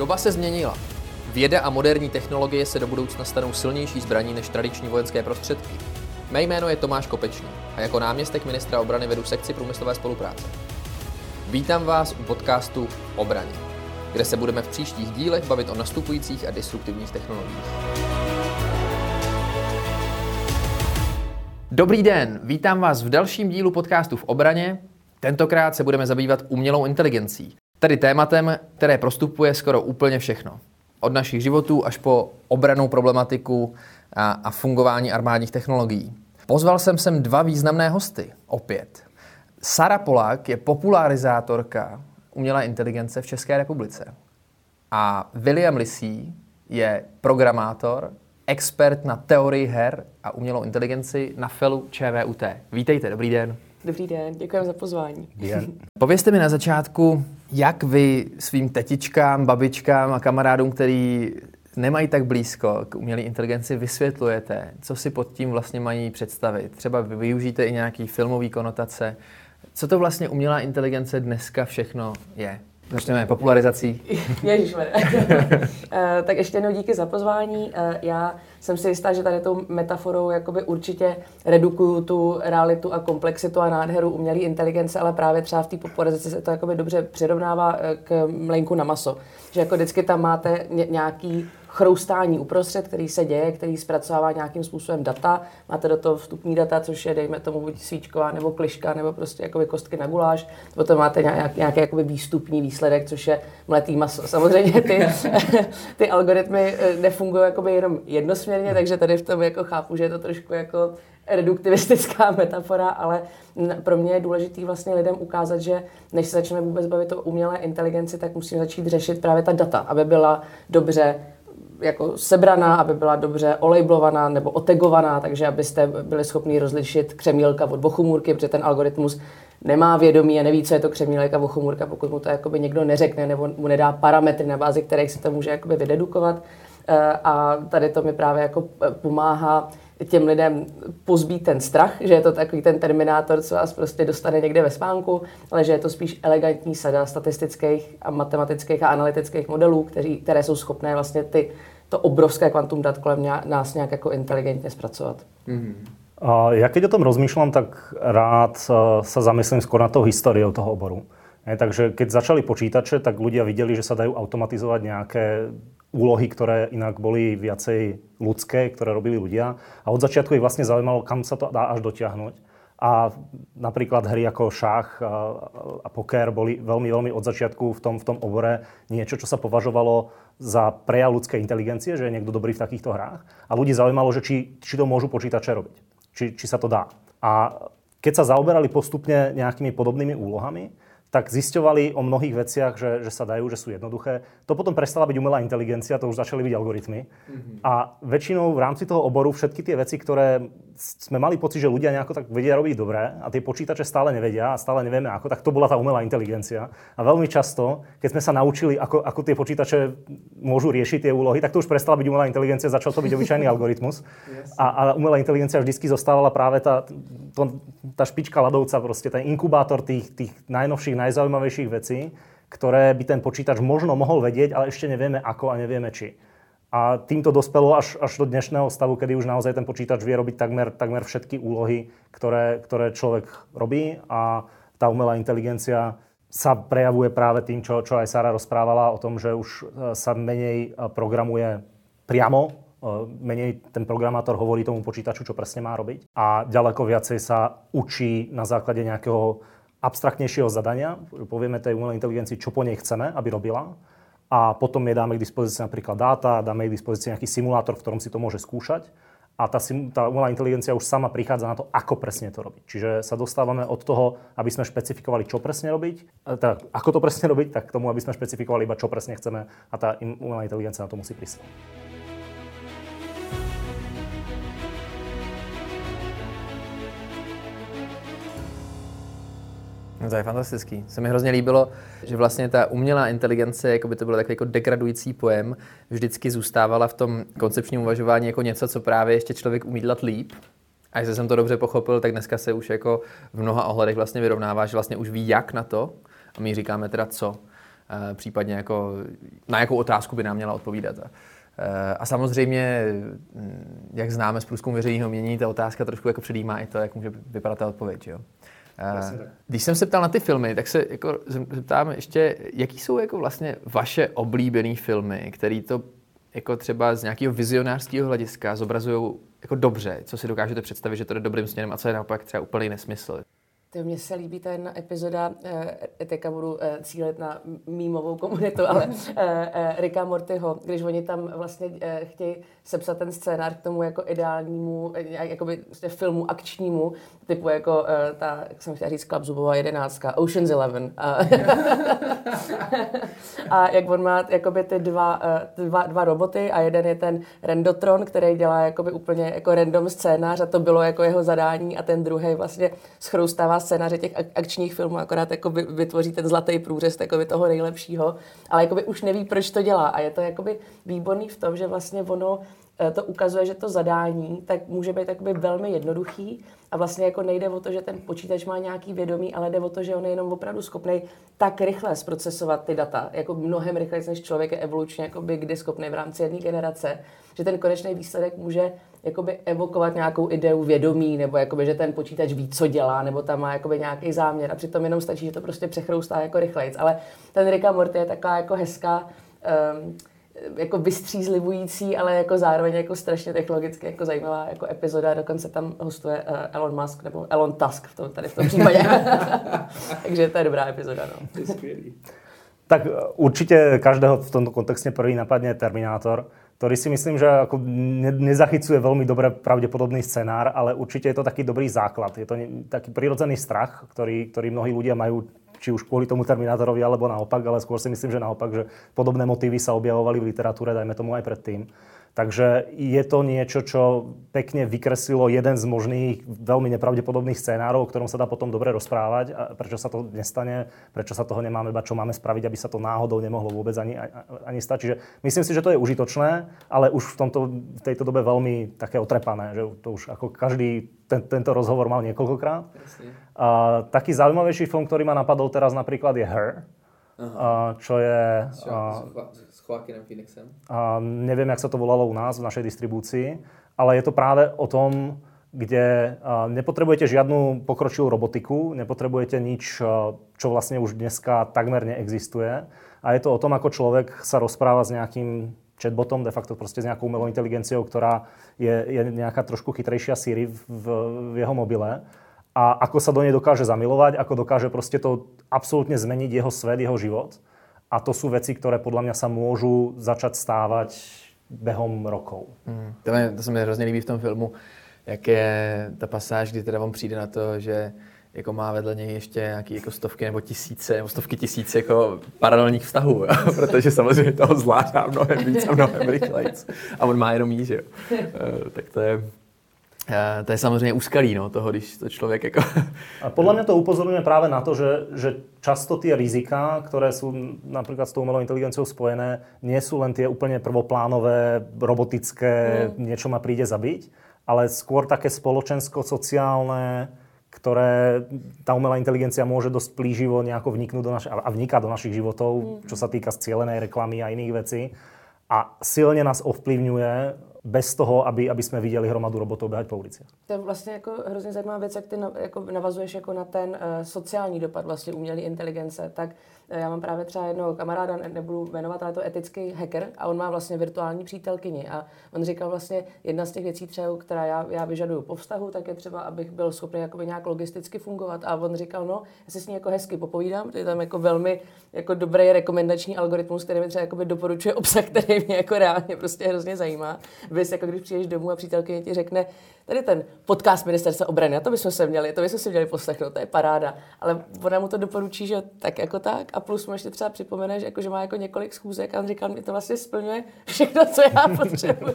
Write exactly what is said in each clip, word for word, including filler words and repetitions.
Doba se změnila. Věda a moderní technologie se do budoucna stanou silnější zbraní než tradiční vojenské prostředky. Mé jméno je Tomáš Kopečný a jako náměstek ministra obrany vedu sekci průmyslové spolupráce. Vítám vás u podcastu Obraně, kde se budeme v příštích dílech bavit o nastupujících a disruptivních technologiích. Dobrý den, vítám vás v dalším dílu podcastu v Obraně. Tentokrát se budeme zabývat umělou inteligencí. Tedy tématem, které prostupuje skoro úplně všechno. Od našich životů až po obrannou problematiku a, a fungování armádních technologií. Pozval jsem sem dva významné hosty, opět. Sara Polák je popularizátorka umělé inteligence v České republice. A William Lissý je programátor, expert na teorii her a umělou inteligenci na felu ČVUT. Vítejte, dobrý den. Dobrý den, děkujeme za pozvání. Povězte mi na začátku, jak vy svým tetičkám, babičkám a kamarádům, který nemají tak blízko k umělé inteligenci, vysvětlujete, co si pod tím vlastně mají představit. Třeba vy využijete i nějaký filmový konotace. Co to vlastně umělá inteligence dneska všechno je? Začneme popularizací. Ježišmarja. Tak ještě jednou díky za pozvání. Já jsem si jistá, že tady tou metaforou jakoby určitě redukuju tu realitu a komplexitu a nádheru umělé inteligence, ale právě třeba v té popularizaci se to jakoby dobře přirovnává k mlejnku na maso. Že jako vždycky tam máte nějaký chroustání uprostřed, který se děje, který zpracovává nějakým způsobem data. Máte do toho vstupní data, což je, dejme tomu, buď svíčková nebo kliška, nebo prostě jakoby kostky na guláš. Potom máte nějak, nějaký jakoby výstupní výsledek, což je mletý maso. Samozřejmě ty, ty algoritmy nefungují jakoby jenom jednosměrně, takže tady v tom jako chápu, že je to trošku jako reduktivistická metafora, ale pro mě je důležitý vlastně lidem ukázat, že než se začneme vůbec bavit o umělé inteligenci, tak musíme začít řešit právě ta data, aby byla dobře jako sebraná, aby byla dobře olejblovaná nebo otegovaná, takže abyste byli schopni rozlišit křemílka od bochumůrky, protože ten algoritmus nemá vědomí a neví, co je to křemílek a bochumůrka, pokud mu to jakoby někdo neřekne nebo mu nedá parametry, na bázi kterých se to může jakoby vydedukovat. A tady to mi právě jako pomáhá těm lidem pozbít ten strach, že je to takový ten terminátor, co vás prostě dostane někde ve spánku, ale že je to spíš elegantní sada statistických a matematických a analytických modelů, kteří, které jsou schopné vlastně ty, to obrovské kvantum dat kolem nás nějak jako inteligentně zpracovat. Mm-hmm. Ja keď o tom rozmýšľam, tak rád sa zamyslím skôr na tou históriou toho oboru. Takže keď začali počítače, tak ľudia videli, že sa dajú automatizovať nejaké úlohy, ktoré inak boli viacej ľudské, ktoré robili ľudia. A od začiatku ich vlastne zaujímalo, kam sa to dá až dotiahnuť. A napríklad hry ako šach a, a poker boli veľmi, veľmi od začiatku v tom, v tom obore niečo, čo sa považovalo za prejav ľudskej inteligencie, že je niekto dobrý v takýchto hrách. A ľudí zaujímalo, že či, či to môžu počítače robiť. Či, či sa to dá. A keď sa zaoberali postupne nejakými podobnými úlohami, tak zisťovali o mnohých veciach, že, že sa dajú, že sú jednoduché. To potom prestala byť umelá inteligencia, to už začali byť algoritmy. Mm-hmm. A väčšinou v rámci toho oboru všetky tie veci, ktoré sme mali pocit, že ľudia nejako tak vedia robiť dobre a tie počítače stále nevedia a stále nevieme ako, tak to bola tá umelá inteligencia. A veľmi často, keď sme sa naučili, ako, ako tie počítače môžu riešiť tie úlohy, tak to už prestala byť umelá inteligencia, začal to byť obyčajný algoritmus. Yes. A, a umelá inteligencia vždycky zostávala práve tá, to, tá špička ľadovca, proste ten inkubátor tých, tých najnovších, najzaujímavejších vecí, ktoré by ten počítač možno mohol vedieť, ale ešte nevieme ako a nevieme či. A týmto dospelo až, až do dnešného stavu, kedy už naozaj ten počítač vie robiť takmer, takmer všetky úlohy, ktoré, ktoré človek robí a tá umelá inteligencia sa prejavuje práve tým, čo, čo aj Sara rozprávala o tom, že už sa menej programuje priamo, menej ten programátor hovorí tomu počítaču, čo presne má robiť a ďaleko viacej sa učí na základe nejakého abstraktnejšieho zadania, povieme tej umelej inteligencii, čo po nej chceme, aby robila a potom jej dáme k dispozícii napríklad dáta, dáme jej k dispozícii nejaký simulátor, v ktorom si to môže skúšať a tá, tá umelá inteligencia už sama prichádza na to, ako presne to robiť. Čiže sa dostávame od toho, aby sme špecifikovali, čo presne robiť, teda ako to presne robiť, tak k tomu, aby sme špecifikovali iba, čo presne chceme a tá umelá inteligencia na to musí prísť. No to je fantastický. Se mi hrozně líbilo, že vlastně ta umělá inteligence, jako by to byl takový jako degradující pojem, vždycky zůstávala v tom koncepčním uvažování jako něco, co právě ještě člověk umí dělat líp. A jestli jsem to dobře pochopil, tak dneska se už jako v mnoha ohledech vlastně vyrovnává, že vlastně už ví jak na to a my říkáme teda co. případně jako na jakou otázku by nám měla odpovídat. A samozřejmě, jak známe z průzkumu veřejného mínění, ta otázka trošku jako předjímá i to, jak může vypadat ta odpověď. Jo? Když jsem se ptal na ty filmy, tak se jako zeptám ještě, jaký jsou jako vlastně vaše oblíbené filmy, které to jako třeba z nějakého vizionářského hlediska zobrazují jako dobře, co si dokážete představit, že to jde dobrým směrem a co je naopak třeba úplný nesmysl. To mně se líbí ta jedna epizoda, eh, teďka budu eh, cílit na mýmovou komunitu, ale eh, eh, Ricka Mortyho, když oni tam vlastně eh, chtějí sepsat ten scénář k tomu jako ideálnímu, eh, jakoby vlastně filmu akčnímu, typu jako eh, ta, jak jsem chtěla říct, Klap zubová jedenáctka, Ocean's Eleven. A, a jak on má jakoby ty dva, eh, dva, dva roboty a jeden je ten Rendotron, který dělá jakoby úplně jako random scénář a to bylo jako jeho zadání a ten druhý vlastně schroustává scénáře těch akčních filmů, akorát jakoby vytvoří ten zlatý průřez jakoby toho nejlepšího, ale jakoby už neví, proč to dělá. A je to jakoby výborný v tom, že vlastně ono to ukazuje, že to zadání tak může být jakoby velmi jednoduchý a vlastně jako nejde o to, že ten počítač má nějaký vědomí, ale jde o to, že on je jenom opravdu schopný tak rychle zprocesovat ty data, jako mnohem rychleji, než člověk je evolučně jakoby kdy schopný v rámci jedné generace, že ten konečný výsledek může jakoby evokovat nějakou ideu vědomí, nebo jakoby, že ten počítač ví, co dělá, nebo tam má jakoby nějaký záměr a přitom jenom stačí, že to prostě přechroustá jako rychlejc. Ale ten Rick a Morty je taková jako hezká, um, jako vystřízlivující, ale jako zároveň jako strašně technologicky jako zajímavá jako epizoda, dokonce tam hostuje uh, Elon Musk nebo Elon Tusk v tom, tady v tom případě. Takže to je dobrá epizoda. No. To je skvělý. Tak určite každého v tomto kontexte prvý napadne Terminátor, ktorý si myslím, že ako ne, nezachycuje veľmi dobre pravdepodobný scenár, ale určite je to taký dobrý základ. Je to ne, taký prirodzený strach, ktorý, ktorý mnohí ľudia majú, či už kvôli tomu Terminátorovi, alebo naopak, ale skôr si myslím, že naopak, že podobné motívy sa objavovali v literatúre, dajme tomu aj predtým. Takže je to niečo, čo pekne vykreslilo jeden z možných veľmi nepravdepodobných scénárov, o ktorom sa dá potom dobre rozprávať. A prečo sa to nestane, prečo sa toho nemáme bať, čo máme spraviť, aby sa to náhodou nemohlo vôbec ani, ani stať. Čiže myslím si, že to je užitočné, ale už v, tomto, v tejto dobe veľmi také otrepané, že to už ako každý ten, tento rozhovor mal niekoľkokrát. A taký zaujímavejší film, ktorý ma napadol teraz napríklad je Her. Uh, čo je... Uh, s Joaquinem Phoenixem. Uh, neviem, jak sa to volalo u nás v našej distribúcii, ale je to práve o tom, kde uh, nepotrebujete žiadnu pokročilú robotiku, nepotrebujete nič, uh, čo vlastne už dneska takmer neexistuje. A je to o tom, ako človek sa rozpráva s nejakým chatbotom, de facto proste s nejakou umelou inteligenciou, ktorá je, je nejaká trošku chytrejšia Siri v, v, v jeho mobile. A ako sa do nej dokáže zamilovať, ako dokáže proste to absolútne zmeniť jeho svet, jeho život. A to sú veci, ktoré podľa mňa sa môžu začať stávať behom rokov. Hmm. To, mě, to se mi hrozně líbí v tom filmu, jak je ta pasáž, kdy teda on přijde na to, že jako má vedle něj ještě nějaký jako stovky nebo tisíce, nebo stovky tisíc jako paralelních vztahů, jo? Protože samozřejmě toho zvládá mnohem víc a mnohem rychlejc. A on má jenom jí, že jo. Uh, tak to je... Uh, to je samozřejmě úskalí, no, toho, když to člověk jako... A podľa mňa to upozorňuje práve na to, že, že často tie rizika, ktoré sú napríklad s tou umelou inteligenciou spojené, nie sú len tie úplne prvoplánové, robotické, mm. niečo ma príde zabiť, ale skôr také spoločensko-sociálne, ktoré tá umelá inteligencia môže dosť plíživo nejako vniknúť do naš- a vniká do našich životov, mm. čo sa týka cielenej reklamy a iných vecí. A silne nás ovplyvňuje bez toho, aby, aby jsme viděli hromadu robotů běhat po ulicích. To je vlastně jako hrozně zajímavá věc, jak ty jako navazuješ jako na ten uh, sociální dopad vlastně umělé inteligence. Tak uh, já mám právě třeba jednoho kamaráda, ne, nebudu jmenovat, ale to etický hacker a on má vlastně virtuální přítelkyni a on říkal vlastně jedna z těch věcí třeba, která já, já vyžaduju po vztahu, tak je třeba, abych byl schopný jakoby nějak logisticky fungovat a on říkal, no, já si s ní jako hezky popovídám, to je tam jako velmi jako dobrý rekomendační algoritmus, který mi třeba jakoby doporučuje obsah, který mě jako reálně prostě hrozně zajímá. Vys, jako když přijdeš domů a přítelkyně ti řekne, tady ten podcast Ministerstva obrany, a to bychom se měli, to bychom si měli poslechnout, to je paráda. Ale ona mu to doporučí, že tak jako tak a plus mu ještě třeba připomene, že, jako, že má jako několik schůzek a on říkal, mi to vlastně splňuje všechno, co já potřebuju.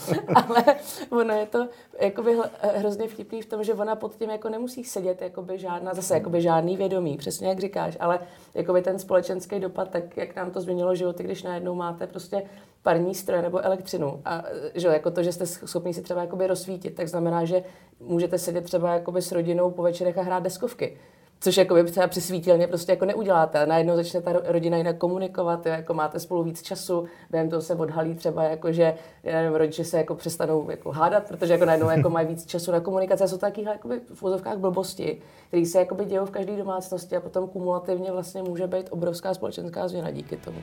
Ale ono je to jakoby hrozně vtipný v tom, že ona pod tím jako nemusí sedět jakoby žádná, zase jakoby žádný vědomí, přesně jak říkáš, ale jakoby ten společenský dopad, tak jak nám to změnilo životy, když najednou máte prostě parní stroje nebo elektřinu a že jako to, že jste schopni si třeba jakoby rozsvítit, tak znamená, že můžete sedět třeba jakoby s rodinou po večerech a hrát deskovky. Což jako třeba při svítilně prostě jako neuděláte. A najednou začne ta rodina jinak komunikovat, jo, jako máte spolu víc času, během toho se odhalí třeba jako, že nevím, rodiče se jako přestanou jako hádat, protože jako najednou jako mají víc času na komunikaci. A jsou takovéhle jakoby v úzovkách blbosti, které se jakoby dějou v každé domácnosti a potom kumulativně vlastně může být obrovská společenská změna díky tomu.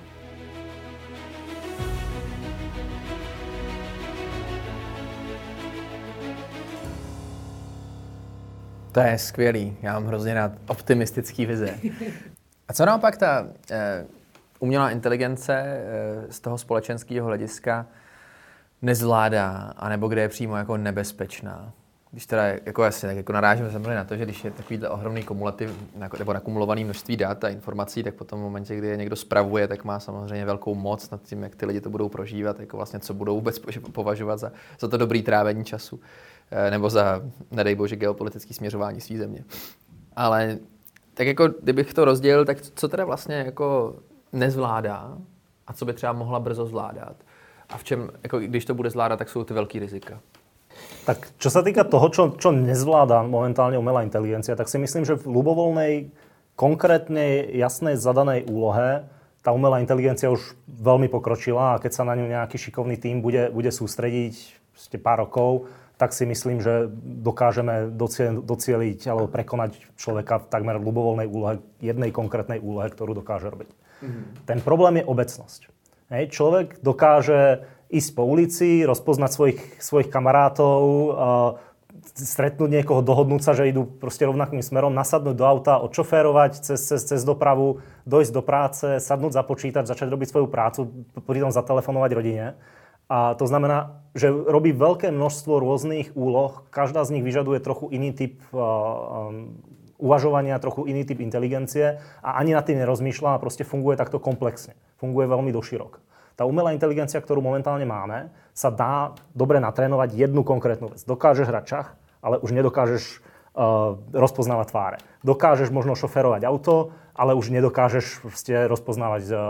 To je skvělý, já mám hrozně rád optimistický vize. A co naopak ta e, umělá inteligence e, z toho společenského hlediska nezvládá, anebo kde je přímo jako nebezpečná? Když teda, jako jasně, tak jako narážíme samozřejmě na to, že když je takovýhle ohromný kumulativ, nebo nakumulovaný množství dat a informací, tak potom v momentě, kdy je někdo spravuje, tak má samozřejmě velkou moc nad tím, jak ty lidi to budou prožívat, jako vlastně co budou vůbec považovat za, za to dobrý trávení času, nebo za, nedej bože, geopolitické směřování své země. Ale tak jako, kdybych to rozdělil, tak co teda vlastně jako nezvládá a co by třeba mohla brzo zvládat? A v čem, jako když to bude zvládat, tak jsou ty velký rizika. Tak čo sa týka toho, čo, čo nezvláda momentálne umelá inteligencia, tak si myslím, že v ľubovoľnej, konkrétnej, jasnej, zadanej úlohe tá umelá inteligencia už veľmi pokročila a keď sa na ňu nejaký šikovný tím bude, bude sústrediť pár rokov, tak si myslím, že dokážeme docieliť alebo prekonať človeka v takmer ľubovoľnej úlohe, jednej konkrétnej úlohe, ktorú dokáže robiť. Mm-hmm. Ten problém je obecnosť. Hej, človek dokáže ísť po ulici, rozpoznať svojich, svojich kamarátov, uh, stretnúť niekoho, dohodnúť sa, že idú proste rovnakým smerom, nasadnúť do auta, odšoférovať cez, cez, cez dopravu, dojsť do práce, sadnúť za počítač, začať robiť svoju prácu, pritom zatelefonovať rodine. A to znamená, že robí veľké množstvo rôznych úloh, každá z nich vyžaduje trochu iný typ uh, um, uvažovania, trochu iný typ inteligencie a ani nad tým nerozmýšľa a proste funguje takto komplexne. Funguje veľmi doširoko. Tá umelá inteligencia, ktorú momentálne máme, sa dá dobre natrénovať jednu konkrétnu vec. Dokážeš hrať šach, ale už nedokážeš uh, rozpoznávať tváre. Dokážeš možno šoférovať auto, ale už nedokážeš rozpoznávať uh, uh,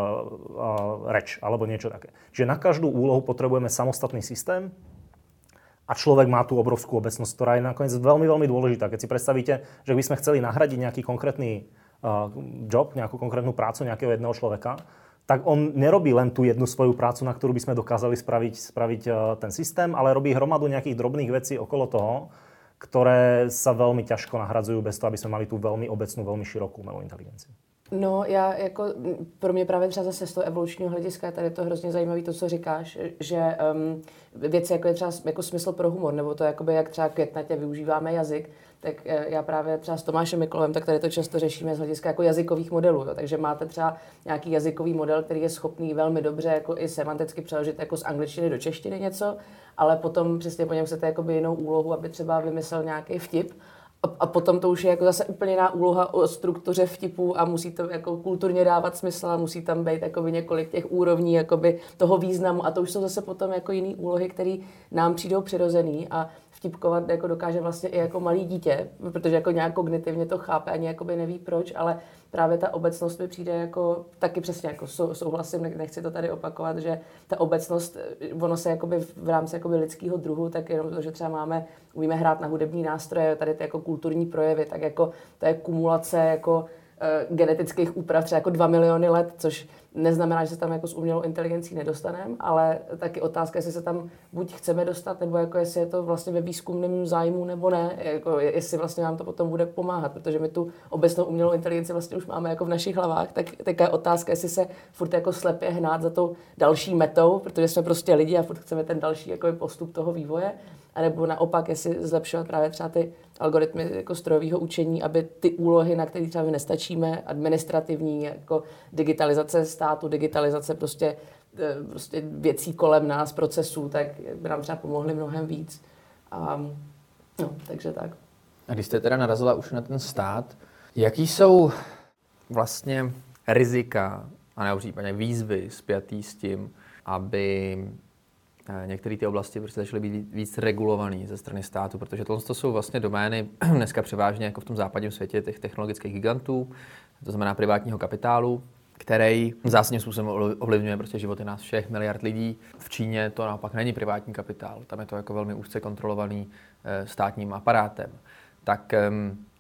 reč alebo niečo také. Čiže na každú úlohu potrebujeme samostatný systém a človek má tú obrovskú obecnosť, ktorá je nakoniec veľmi, veľmi dôležitá. Keď si predstavíte, že by sme chceli nahradiť nejaký konkrétny uh, job, nejakú konkrétnu prácu nejakého jedného človeka, tak on nerobí len tú jednu svoju prácu, na ktorú by sme dokázali spraviť, spraviť ten systém, ale robí hromadu nejakých drobných vecí okolo toho, ktoré sa veľmi ťažko nahradzujú bez toho, aby sme mali tú veľmi obecnú, veľmi širokú umelú inteligenciu. No, já jako, pro mě právě třeba zase z toho evolučního hlediska je tady to hrozně zajímavé, to, co říkáš, že um, věci jako je třeba jako smysl pro humor, nebo to jakoby, jak třeba květnatě využíváme jazyk, tak já právě třeba s Tomášem Mikulovem, tak tady to často řešíme z hlediska jako jazykových modelů, jo. Takže máte třeba nějaký jazykový model, který je schopný velmi dobře jako i semanticky přeložit jako z angličtiny do češtiny něco, ale potom přesně po něm chcete jakoby jinou úlohu, aby třeba vymyslel nějaký vtip. A potom to už je jako zase úplně jiná úloha o struktuře vtipů a musí to jako kulturně dávat smysl a musí tam být jakoby několik těch úrovní jakoby toho významu a to už jsou zase potom jako jiný úlohy, které nám přijdou přirozený a vtipkovat jako dokáže vlastně i jako malý dítě, protože jako nějak kognitivně to chápe ani jakoby neví proč, ale právě ta obecnost mi přijde jako taky přesně jako sou, souhlasím, nechci to tady opakovat, že ta obecnost, ono se jakoby v rámci jakoby lidského druhu, tak jenom to, že třeba máme, umíme hrát na hudební nástroje, tady ty jako kulturní projevy, tak jako to je kumulace jako uh, genetických úprav třeba jako dva miliony let, což neznamená, že se tam jako s umělou inteligencí nedostaneme, ale taky otázka, jestli se tam buď chceme dostat, nebo jako jestli je to vlastně ve výzkumném zájmu, nebo ne, jako jestli vlastně nám to potom bude pomáhat, protože my tu obecnou umělou inteligenci vlastně už máme jako v našich hlavách, tak taká je otázka, jestli se furt jako slepě hnát za tou další metou, protože jsme prostě lidi a furt chceme ten další jako postup toho vývoje, anebo naopak, jestli zlepšovat právě třeba ty algoritmy jako strojového učení, aby ty úlohy, na které třeba my nestačíme, administrativní, jako digitalizace státu, digitalizace prostě, prostě věcí kolem nás, procesů, tak by nám třeba pomohly mnohem víc. A, no, takže tak. A když jste teda narazila už na ten stát, jaký jsou vlastně rizika, anebo případně výzvy spjatý s tím, aby některé ty oblasti prostě začaly být víc regulované ze strany státu, protože tohle to jsou vlastně domény dneska převážně jako v tom západním světě těch technologických gigantů, to znamená privátního kapitálu, který zásadním způsobem ovlivňuje prostě životy nás všech, miliard lidí. V Číně to naopak není privátní kapitál, tam je to jako velmi úzce kontrolovaný státním aparátem. Tak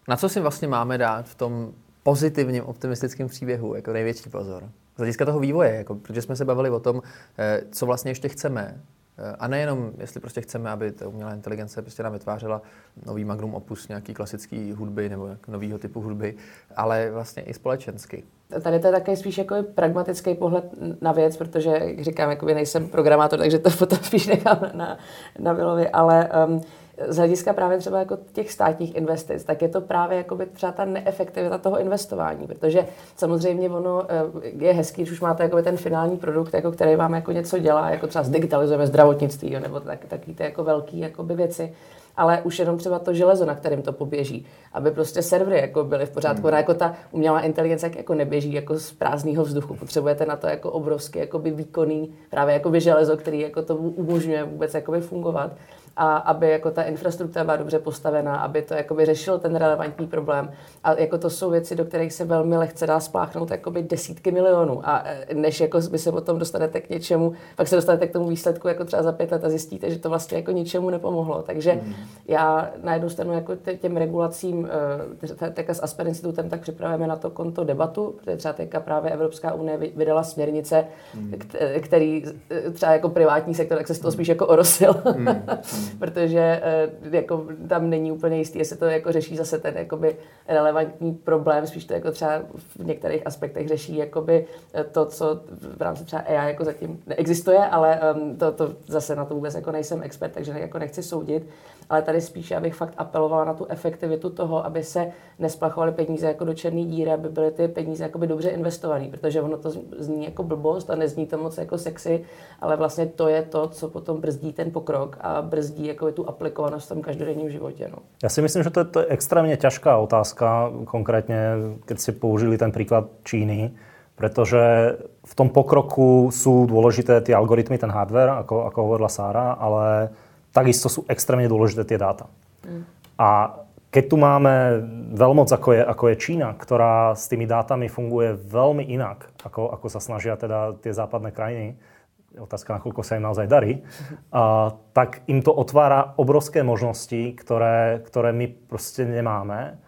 Na co si vlastně máme dát v tom pozitivním optimistickém příběhu jako největší pozor? Z hlediska toho vývoje, jako, protože jsme se bavili o tom, co vlastně ještě chceme. A nejenom, jestli prostě chceme, aby ta umělá inteligence prostě nám vytvářela nový magnum opus nějaký klasický hudby nebo novýho typu hudby, ale vlastně i společensky. Tady to je také spíš jako pragmatický pohled na věc, protože, jak říkám, jakoby nejsem programátor, takže to potom spíš nechám na, na, na Willovi, ale um, z hlediska právě třeba jako těch státních investic, tak je to právě jakoby třeba ta neefektivita toho investování, protože samozřejmě ono je hezký, když už máte jakoby ten finální produkt, jako který vám jako něco dělá, jako třeba zdigitalizujeme zdravotnictví, jo, nebo tak, taky ty jako velký jakoby věci, ale už jenom třeba to železo, na kterým to poběží, aby prostě servery jako byly v pořádku, hmm. jako ta umělá inteligence jako neběží jako z prázdného vzduchu, potřebujete na to jako obrovský jakoby výkonný právě jakoby železo, který jako to umožňuje vůbec jakoby fungovat. A aby jako ta infrastruktura byla dobře postavená, aby to jakoby řešilo ten relevantní problém. A jako to jsou věci, do kterých se velmi lehce dá spláchnout jakoby desítky milionů. A než jako by se potom dostanete k něčemu, pak se dostanete k tomu výsledku jako třeba za pět let a zjistíte, že to vlastně jako ničemu nepomohlo. Takže mm. já na jednu stranu jako těm regulacím, teďka s Aspen institutem, tak připravujeme na to konto debatu, protože třeba teďka právě Evropská unie vydala směrnice, mm. který třeba jako privátní sektor, tak se z toho spíš jako orosil. Mm. Protože jako, tam není úplně jistý, jestli to jako řeší zase ten jakoby relevantní problém, spíš to jako třeba v některých aspektech řeší jakoby to, co v rámci třeba A I jako zatím neexistuje, ale um, to, to zase na to vůbec jako nejsem expert, takže jako nechci soudit, ale tady spíš abych fakt apelovala na tu efektivitu toho, aby se nesplachovaly peníze jako do černé díry, aby byly ty peníze jakoby dobře investované, protože ono to zní jako blbost a nezní to moc jako sexy, ale vlastně to je to, co potom brzdí ten pokrok a brzdí jako tu aplikovanost v tom každodenním životě. No. Ja si myslím, že to je, to je extrémne ťažká otázka, konkrétne keď ste použili ten príklad Číny, pretože v tom pokroku sú dôležité tie algoritmy, ten hardware, ako, ako hovorila Sára, ale takisto sú extrémne dôležité tie dáta. Mm. A keď tu máme veľmoc, ako je, ako je Čína, ktorá s tými dátami funguje veľmi inak, ako, ako sa snažia teda tie západné krajiny, otázka, nakoľko sa im naozaj darí, a, tak im to otvára obrovské možnosti, ktoré, ktoré my proste nemáme.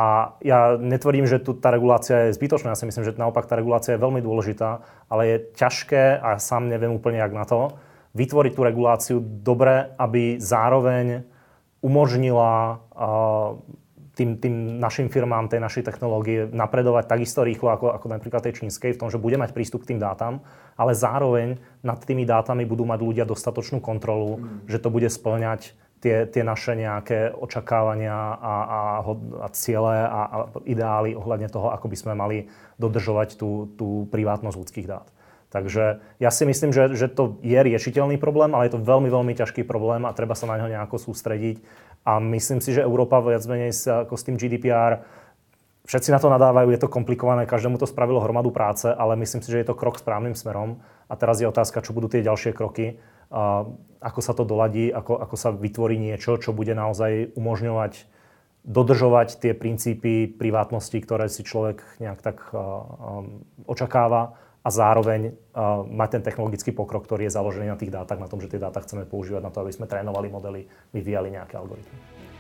A ja netvrdím, že tu tá regulácia je zbytočná. Ja si myslím, že naopak tá regulácia je veľmi dôležitá, ale je ťažké, a sám neviem úplne jak na to, vytvoriť tú reguláciu dobre, aby zároveň umožnila uh, tým, tým našim firmám, tej našej technológie napredovať takisto rýchlo ako, ako napríklad tej čínskej, v tom, že bude mať prístup k tým dátam, ale zároveň nad tými dátami budú mať ľudia dostatočnú kontrolu, mm. že to bude spĺňať tie, tie naše nejaké očakávania a, a, a ciele a, a ideály ohľadne toho, ako by sme mali dodržovať tú, tú privátnosť ľudských dát. Takže ja si myslím, že, že to je riešiteľný problém, ale je to veľmi, veľmi ťažký problém a treba sa na ňo nejako sústrediť. A myslím si, že Európa viac menej ako s tým G D P R, všetci na to nadávajú, je to komplikované, každému to spravilo hromadu práce, ale myslím si, že je to krok správnym smerom. A teraz je otázka, čo budú tie ďalšie kroky, a ako sa to doladí, ako, ako sa vytvorí niečo, čo bude naozaj umožňovať dodržovať tie princípy privátnosti, ktoré si človek nejak tak uh, um, očakáva, a zároveň uh, mať ten technologický pokrok, ktorý je založený na tých dátach, na tom, že tie dáta chceme používať na to, aby sme trénovali modely, vyvíjali nejaké algoritmy.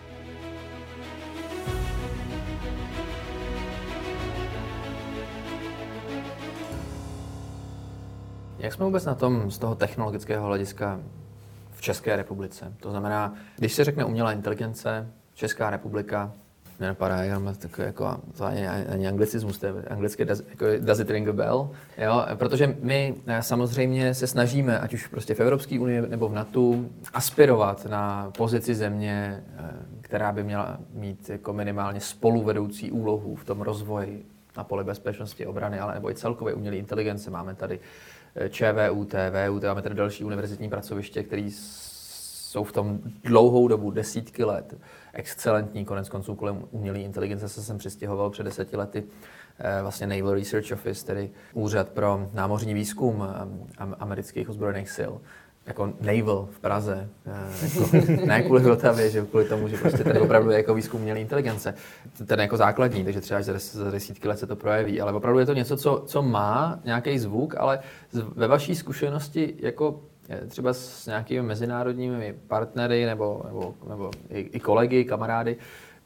Jak jsme vůbec na tom z toho technologického hlediska v České republice? To znamená, když se řekne umělá inteligence, Česká republika, nenapadá jenom takový jako ani, ani anglicismus, to je anglicky does, jako does it ring a bell, jo? Protože my samozřejmě se snažíme, ať už prostě v Evropské unii nebo v NATO, aspirovat na pozici země, která by měla mít jako minimálně spoluvedoucí úlohu v tom rozvoji na poli bezpečnosti, obrany, ale nebo i celkově umělé inteligence. Máme tady ČVUT, VUT, máme tady další univerzitní pracoviště, které jsou v tom dlouhou dobu, desítky let, excelentní, konec konců kolem umělé inteligence se sem přistěhoval před deseti lety vlastně Naval Research Office, tedy úřad pro námořní výzkum amerických ozbrojených sil. Jako Naval v Praze, jako, ne kvůli Vltavě, že kvůli tomu, že prostě tady opravdu je jako výzkum umělé inteligence. Ten je jako základní, takže třeba až za, za desítky let se to projeví, ale opravdu je to něco, co, co má nějaký zvuk, ale ve vaší zkušenosti jako třeba s nějakými mezinárodními partnery nebo, nebo, nebo i, i kolegy, kamarády,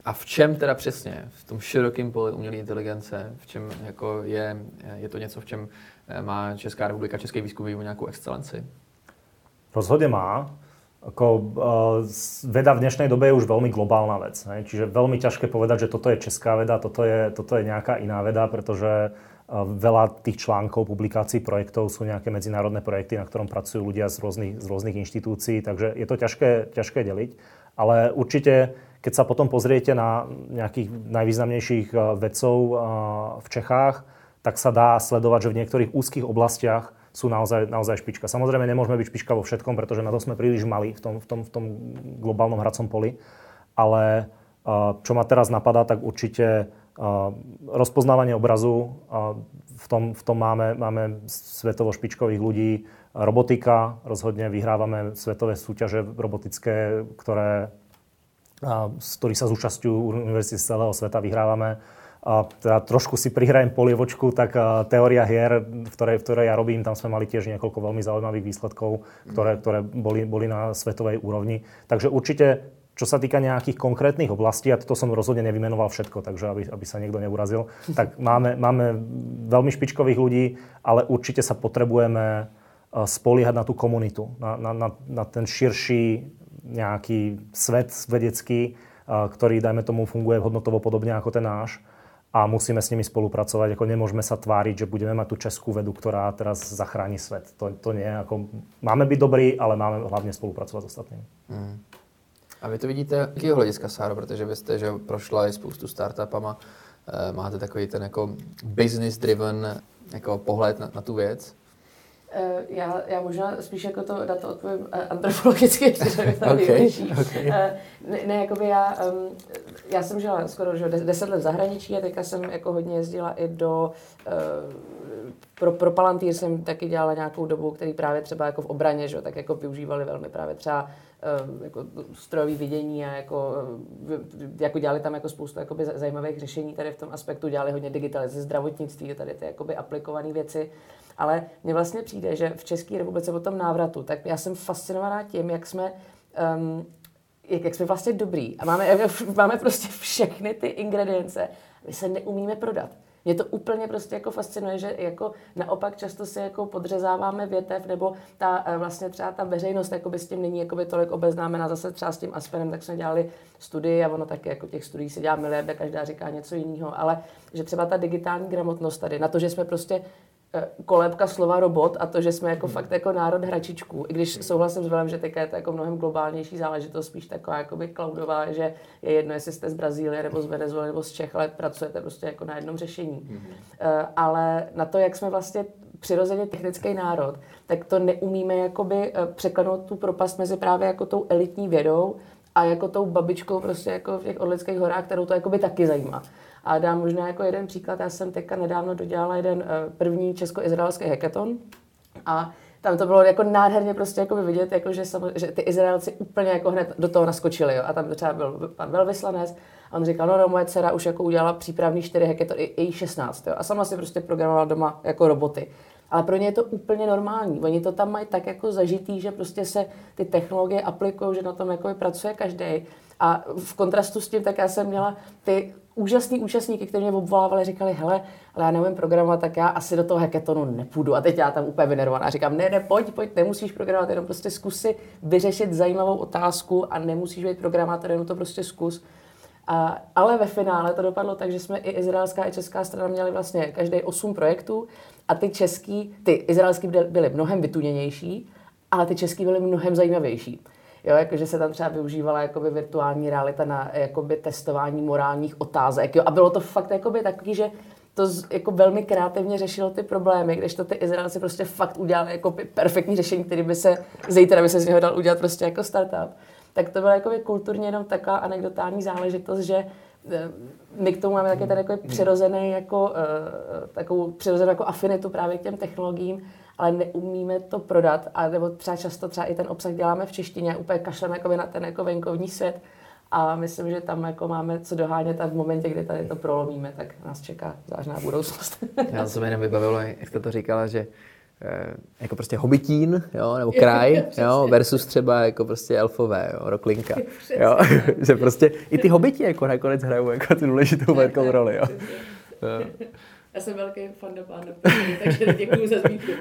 A v čem teda přesně, v tom širokém poli umělé inteligence, v čem jako je, je to něco, v čem má Česká republika, český výzkum nějakou excelenci? Rozhodne má. Ako, uh, veda v dnešnej dobe je už veľmi globálna vec. Ne? Čiže veľmi ťažké povedať, že toto je česká veda, toto je, toto je nejaká iná veda, pretože uh, veľa tých článkov, publikácií, projektov sú nejaké medzinárodné projekty, na ktorom pracujú ľudia z rôznych, z rôznych inštitúcií, takže je to ťažké, ťažké deliť. Ale určite, keď sa potom pozriete na nejakých najvýznamnejších vedcov uh, v Čechách, tak sa dá sledovať, že v niektorých úzkých oblastiach sú naozaj, naozaj špička. Samozrejme, nemôžeme byť špička vo všetkom, pretože na to sme príliš mali v tom, v tom, v tom globálnom hracom poli. Ale čo ma teraz napadá, tak určite rozpoznávanie obrazu, v tom, v tom máme, máme svetovo špičkových ľudí. Robotika, rozhodne vyhrávame svetové súťaže robotické, ktoré, z ktorých sa zúčastňujú univerzity z celého sveta, vyhrávame. A teda trošku si prihrajem polievočku, tak uh, teória hier, v ktorej, v ktorej ja robím, tam sme mali tiež niekoľko veľmi zaujímavých výsledkov, ktoré, ktoré boli, boli na svetovej úrovni. Takže určite, čo sa týka nejakých konkrétnych oblastí, a toto som rozhodne nevymenoval všetko, takže aby, aby sa niekto neurazil, tak máme, máme veľmi špičkových ľudí, ale určite sa potrebujeme uh, spoliehať na tú komunitu, na, na, na, na ten širší nejaký svet vedecký, uh, ktorý, dajme tomu, funguje hodnotovo podobne ako ten náš. A musíme s nimi spolupracovať. Ako nemôžeme sa tváriť, že budeme mať tú českú vedu, ktorá teraz zachráni svet. To, to nie. Ako, máme byť dobrí, ale máme hlavne spolupracovať s ostatnými. Mm. A vy to vidíte jakého hlediska, Sáro, protože vy jste, že prošla i spoustu startupama, e, máte takový ten jako business driven jako pohled na, na tu věc. Já, já možná spíš jako to na to odpovím antropologicky, protože je to okay, nejtěžší. okay. Ne, ne, jakoby já, já jsem žila skoro že deset let v zahraničí a teďka jsem jako hodně jezdila i do, pro, pro Palantír jsem taky dělala nějakou dobu, který právě třeba jako v obraně, že, tak jako využívali velmi právě třeba jako strojové vidění a jako, jako dělali tam jako spoustu jakoby zajímavých řešení tady v tom aspektu, dělali hodně digitalizace zdravotnictví, tady ty jakoby aplikované věci. Ale mně vlastně přijde, že v České republice po tom návratu, tak já jsem fascinovaná tím, jak jsme, um, jak, jak jsme vlastně dobrý a máme, máme prostě všechny ty ingredience, my se neumíme prodat. Mě to úplně prostě jako fascinuje, že jako naopak často si jako podřezáváme větev, nebo ta vlastně třeba ta veřejnost jakoby s tím není jakoby tolik obeznámena, zase třeba s tím Aspenem, tak jsme dělali studii a ono taky jako těch studií se dělá miliarda, každá říká něco jiného, ale že třeba ta digitální gramotnost tady, na to, že jsme prostě kolébka slova robot a to, že jsme jako fakt jako národ hračičků, i když souhlasím s Velem, že teďka je to jako mnohem globálnější záležitost, spíš taková jakoby cloudová, že je jedno, jestli jste z Brazílie nebo z Venezuely nebo z Čech, ale pracujete prostě jako na jednom řešení. Mm-hmm. Uh, ale na to, jak jsme vlastně přirozeně technický národ, tak to neumíme jakoby překlenout tu propast mezi právě jako tou elitní vědou a jako tou babičkou prostě jako v těch Orlických horách, kterou to jakoby taky zajímá. A dám možná jako jeden příklad, já jsem teďka nedávno dodělala jeden uh, první česko-izraelský hackathon a tam to bylo jako nádherně prostě jako vidět, jako že, sam, že ty Izraelci úplně jako hned do toho naskočili, jo. A tam třeba byl pan velvyslanec a on říkal, no, no moje dcera už jako udělala přípravný čtyři hackathony, i šestnáct, jo. A sama si prostě programovala doma jako roboty. Ale pro ně je to úplně normální. Oni to tam mají tak jako zažitý, že prostě se ty technologie aplikují, že na tom jako pracuje každý. A v kontrastu s tím, tak já jsem měla ty úžasný účastníky, kteří mě obvolávali, říkali, hele, ale já neumím programovat, tak já asi do toho hackathonu nepůjdu. A teď já tam úplně vynervovaná říkám, ne, ne, pojď, pojď, nemusíš programovat, jenom prostě zkus si vyřešit zajímavou otázku a nemusíš být programátor, jenom to prostě zkus. A, ale ve finále to dopadlo tak, že jsme i izraelská, i česká strana měli vlastně každý osm projektů a ty český, ty izraelský byly mnohem vytuněnější, ale ty český byly mnohem zajímavější. Jo, jakože se tam třeba využívala jakoby virtuální realita na jakoby testování morálních otázek. Jo, a bylo to fakt jakoby takový, že to z, jako velmi kreativně řešilo ty problémy, kdežto ty Izraelci prostě fakt udělali jako perfektní řešení, který by se zítra by se z něho dal udělat prostě jako startup. Tak to byla jakoby kulturně jenom taková anekdotální záležitost, že my k tomu máme taky ten jako přirozený jako, takovou přirozenou jako afinitu právě k těm technologiím, ale neumíme to prodat, a nebo třeba často třeba i ten obsah děláme v češtině, úplně kašleme jako na ten jako venkovní svět a myslím, že tam jako máme co dohánět a v momentě, kdy tady to prolomíme, tak nás čeká zářná budoucnost. Já jsem jenom vybavilo, jak jste to říkala, že jako prostě hobitín, jo, nebo kraj, jo, versus třeba jako prostě elfové, jo, roklinka, jo, že prostě i ty hobiti jako nakonec hrajou jako tu důležitou velkou roli, jo. Já jsem velký fan do Pána prstenů, takže děkuju za zmínku.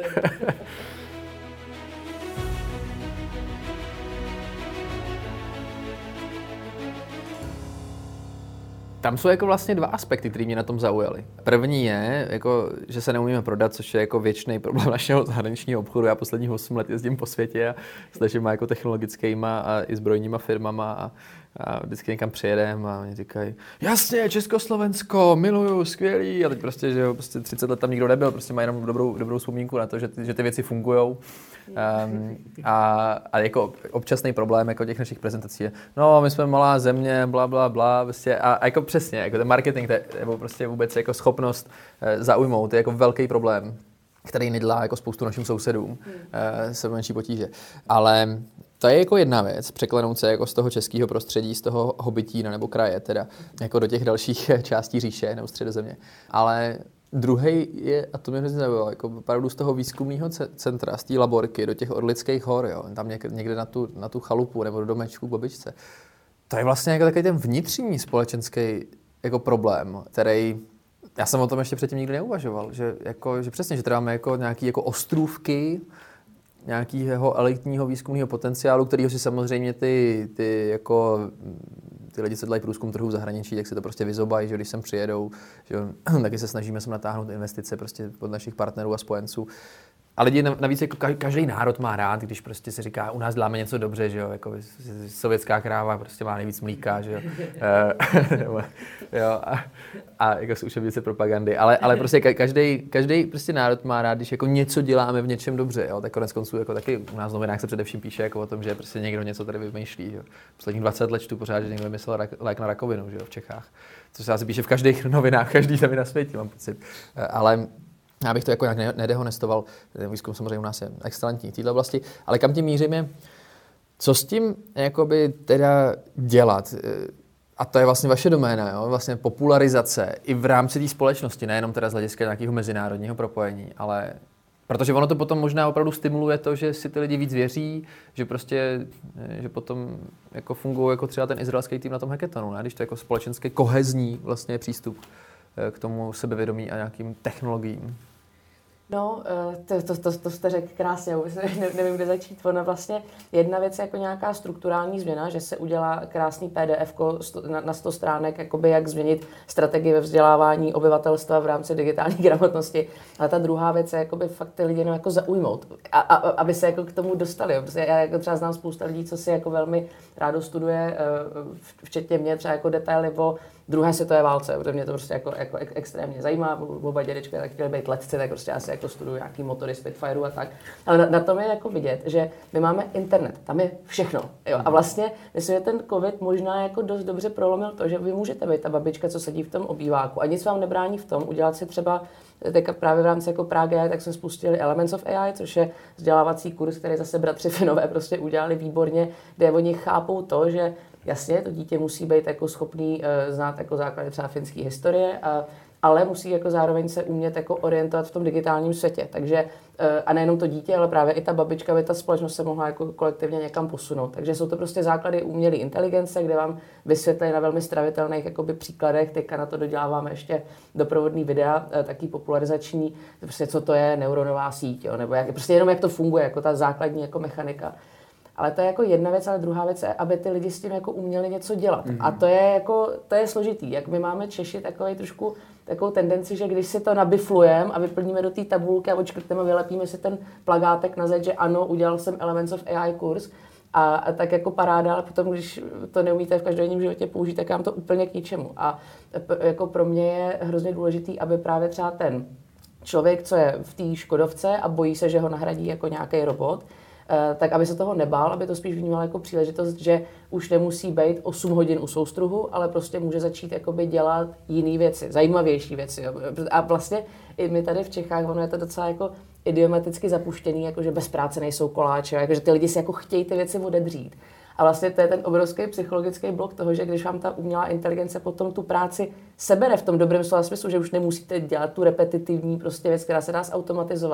Tam jsou jako vlastně dva aspekty, které mě na tom zaujaly. První je, jako, že se neumíme prodat, což je jako věčný problém našeho zahraničního obchodu. Já posledních osm let jezdím po světě a snažím jako technologickýma a i zbrojníma firmama a, a vždycky někam přijedem a oni říkají, jasně, Československo, miluju, skvělý. A teď prostě, že jo, prostě třicet let tam nikdo nebyl, prostě má jenom dobrou, dobrou vzpomínku na to, že ty, že ty věci fungujou. Um, a, a jako občasný problém jako těch našich prezentací je, no, my jsme malá země, bla, bla, bla, prostě, a, a jako přesně, jako ten marketing, to je, nebo prostě vůbec jako schopnost uh, zaujmout, to je jako velký problém, který nedělá jako spoustu našim sousedům, uh, se menší potíže. Ale to je jako jedna věc, překlenout se jako z toho českého prostředí, z toho hobitína nebo kraje, teda jako do těch dalších částí říše nebo středozemě. Ale druhý je, a to mě hrozně zaujalo, jako opravdu z toho výzkumného centra, z té laborky do těch Orlických hor, jo, tam někde na tu, na tu chalupu nebo do domečku k babičce. To je vlastně jako takový ten vnitřní společenský jako problém, který já jsem o tom ještě předtím nikdy neuvažoval, že, jako, že přesně, že tady máme jako nějaký jako ostrůvky nějakého elitního výzkumného potenciálu, kterýho si samozřejmě ty, ty jako ty lidi, co dělají průzkum trhu v zahraničí, tak si to prostě vyzobají, že když sem přijedou, že taky se snažíme sem natáhnout investice prostě od našich partnerů a spojenců. A lidi navíc, jako každý národ má rád, když prostě se říká, u nás děláme něco dobře, že jo, jako sovětská kráva prostě má nejvíc mlíka, že jo, jo a, a jako z učebnice propagandy, ale, ale prostě každý, každý prostě národ má rád, když jako něco děláme v něčem dobře, jo, tak konec konců jako taky u nás v novinách se především píše jako o tom, že prostě někdo něco tady vymýšlí, jo. Posledních dvacet let čtu pořád, že někdo vymyslel rak, lék na rakovinu, že jo, v Čechách, což se asi píše v každých novinách, každý zemi na světě, mám pocit, ale já bych to jako nějak nedehonestoval, výzkum samozřejmě u nás je excelentní v této oblasti, ale kam tím mířím je, co s tím jakoby teda dělat? A to je vlastně vaše doména, jo? Vlastně popularizace i v rámci té společnosti, nejenom teda z hlediska nějakého mezinárodního propojení, ale protože ono to potom možná opravdu stimuluje to, že si ty lidi víc věří, že prostě, že potom jako fungují jako třeba ten izraelský tým na tom hackathonu, ne? Když to je jako společenský kohezní vlastně přístup k tomu sebevědomí a nějakým technologiím. No, to, to, to, to jste řekl krásně, ne, nevím, kde začít. Ono vlastně jedna věc je jako nějaká strukturální změna, že se udělá krásný P D F na, na sto stránek, jakoby jak změnit strategii ve vzdělávání obyvatelstva v rámci digitální gramotnosti. Ale ta druhá věc je jakoby fakt ty lidi no, jako zaujmout, a, a, aby se jako k tomu dostali. Jo. Já jako třeba znám spousta lidí, co si jako velmi rádo studuje, včetně mě třeba jako detaily o druhé světové válce, protože mě to prostě jako, jako extrémně zajímá. Oba dědečky tak chtěli být letci, tak prostě asi jako studuju nějaký motory Spitfireu a tak. Ale na, na tom je jako vidět, že my máme internet, tam je všechno. Jo? A vlastně myslím, že ten covid možná jako dost dobře prolomil to, že vy můžete být ta babička, co sedí v tom obýváku a nic vám nebrání v tom udělat si třeba teďka právě v rámci jako Prague A I, tak jsme spustili Elements of A I, což je vzdělávací kurz, který zase bratři Finové prostě udělali výborně, kde oni chápou to, že jasně, to dítě musí být jako schopný uh, znát jako základy třeba finské historie, uh, ale musí jako zároveň se umět jako orientovat v tom digitálním světě. Takže uh, a nejenom to dítě, ale právě i ta babička, by ta společnost se mohla jako kolektivně někam posunout. Takže jsou to prostě základy umělé inteligence, kde vám vysvětlí na velmi stravitelných jakoby příkladech. Teďka na to doděláváme ještě doprovodný videa, uh, taky popularizační, prostě co to je neuronová síť, jo? Nebo jak, prostě jenom jak to funguje, jako ta základní jako mechanika. Ale to je jako jedna věc, ale druhá věc je, aby ty lidi s tím jako uměli něco dělat. Mm-hmm. A to je jako, to je složitý. Jak my máme Češi takový trošku takovou tendenci, že když si to nabiflujeme a vyplníme do té tabulky a odškrtneme a vylepíme si ten plagátek na zeď, že ano, udělal jsem Elements of A I kurz a, a tak jako paráda, ale potom, když to neumíte v každodenním životě použít, tak vám to úplně k ničemu. A jako pro mě je hrozně důležitý, aby právě třeba ten člověk, co je v té Škodovce a bojí se, že ho nahradí jako nějaký robot, tak aby se toho nebál, aby to spíš vnímal jako příležitost, že už nemusí být osm hodin u soustruhu, ale prostě může začít jakoby dělat jiné věci, zajímavější věci. Jo. A vlastně i my tady v Čechách, ono je to docela jako idiomaticky zapuštěný, jakože bez práce nejsou koláče, jakože ty lidi si jako chtějí ty věci odedřít. A vlastně to je ten obrovský psychologický blok toho, že když vám ta umělá inteligence potom tu práci sebere v tom dobrém slova smyslu, že už nemusíte dělat tu repetitivní prostě věc, která se dá zautomatizovat,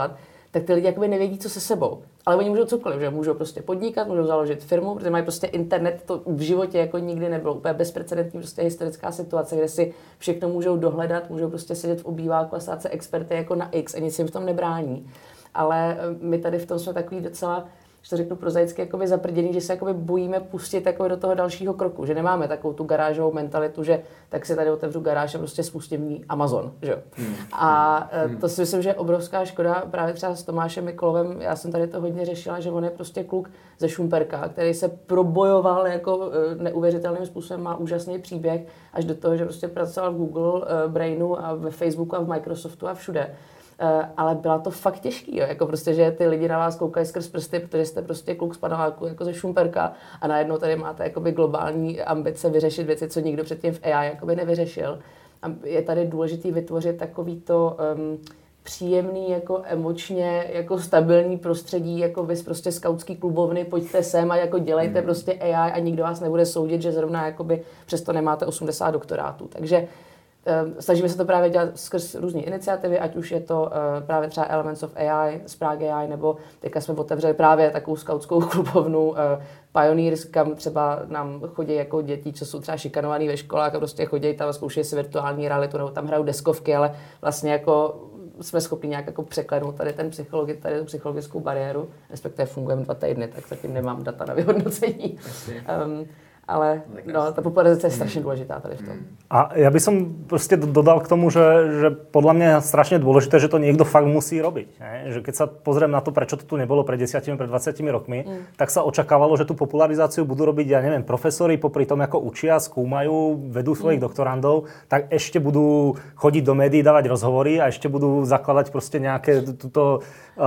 tak ty lidi jakoby nevědí, co se sebou. Ale oni můžou cokoliv, že můžou prostě podnikat, můžou založit firmu, protože mají prostě internet, to v životě jako nikdy nebylo. Úplně bezprecedentní prostě historická situace, kde si všechno můžou dohledat, můžou prostě sedět v obýváku a stát se experty jako na X a nic jim v tom nebrání. Ale my tady v tom jsme takový docela, že to řeknu prozaicky, jakoby zaprděný, že se jakoby bojíme pustit jakoby do toho dalšího kroku, že nemáme takovou tu garážovou mentalitu, že tak si tady otevřu garáž a prostě spustím v ní Amazon, že jo. Hmm. A hmm. to si myslím, že je obrovská škoda právě třeba s Tomášem Mikolovem, já jsem tady to hodně řešila, že on je prostě kluk ze Šumperka, který se probojoval jako neuvěřitelným způsobem, má úžasný příběh, až do toho, že prostě pracoval v Google, Brainu a ve Facebooku a v Microsoftu a všude. Uh, ale byla to fakt těžký, jo. Jako prostě, že ty lidi na vás koukají skrz prsty, protože jste prostě kluk z paneláku jako ze Šumperka a najednou tady máte jakoby globální ambice vyřešit věci, co nikdo předtím v A I jakoby nevyřešil. A je tady důležitý vytvořit takovýto um, příjemný, jako emočně, jako stabilní prostředí, jako vy prostě skautský klubovny, pojďte sem a jako dělejte mm. prostě A I a nikdo vás nebude soudit, že zrovna jakoby přesto nemáte osmdesát doktorátů. Takže snažíme se to právě dělat skrz různé iniciativy, ať už je to uh, právě třeba Elements of A I, Sprague A I, nebo teďka jsme otevřeli právě takovou skautskou klubovnu uh, Pioneers, kam třeba nám chodí jako děti, co jsou třeba šikanovaný ve školách a prostě chodí tam a zkoušejí si virtuální realitu, nebo tam hrajou deskovky, ale vlastně jako jsme schopni nějak jako překlenout tady ten psychologi, tady tu psychologickou bariéru, respektive fungujeme dva týdny, tak zatím nemám data na vyhodnocení. Um, Ale no, ta popularizace je strašne dôležitá tady v tom. A ja by som proste dodal k tomu, že, že podľa mňa je strašne dôležité, že to niekto fakt musí robiť. Ne? Že keď sa pozriem na to, prečo to tu nebolo pred desiatimi, pred dvadsiatimi rokmi, mm. tak sa očakávalo, že tú popularizáciu budú robiť, ja neviem, profesori, popri tom, ako učia, skúmajú, vedú svojich mm. doktorandov, tak ešte budú chodiť do médií, dávať rozhovory a ešte budú zakladať proste nejaké túto uh,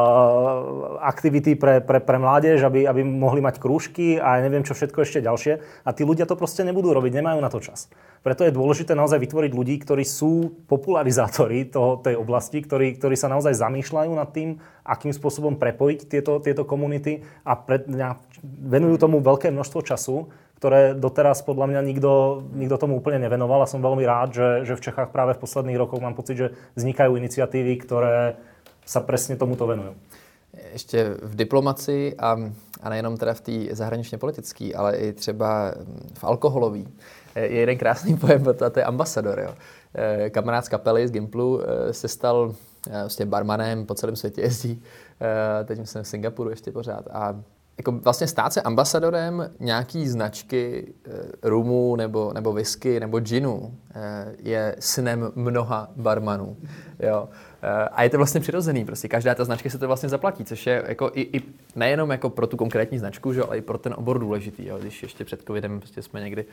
aktivity pre, pre, pre mládež, aby, aby mohli mať krúžky a neviem čo všetko ešte ďalšie. A tí ľudia to proste nebudú robiť, nemajú na to čas. Preto je dôležité naozaj vytvoriť ľudí, ktorí sú popularizátori toho, tej oblasti, ktorí, ktorí sa naozaj zamýšľajú nad tým, akým spôsobom prepojiť tieto, tieto komunity a pred, venujú tomu veľké množstvo času, ktoré doteraz podľa mňa nikto, nikto tomu úplne nevenoval a som veľmi rád, že, že v Čechách práve v posledných rokoch mám pocit, že vznikajú iniciatívy, ktoré sa presne tomuto venujú. Ještě v diplomaci a, a nejenom teda v té zahraničně politické, ale i třeba v alkoholový je jeden krásný pojem, a to je ambasador. Jo. Kamarád z kapely z Gimplu se stal vlastně barmanem, po celém světě jezdí, teď jsem v Singapuru ještě pořád. A jako vlastně stát se ambasadorem nějaký značky rumu nebo, nebo whisky nebo ginu je snem mnoha barmanů. Jo. A je to vlastně přirozený, prostě každá ta značka se to vlastně zaplatí, což je jako i, i nejenom jako pro tu konkrétní značku, že, ale i pro ten obor důležitý. Jo. Když ještě před covidem prostě jsme někdy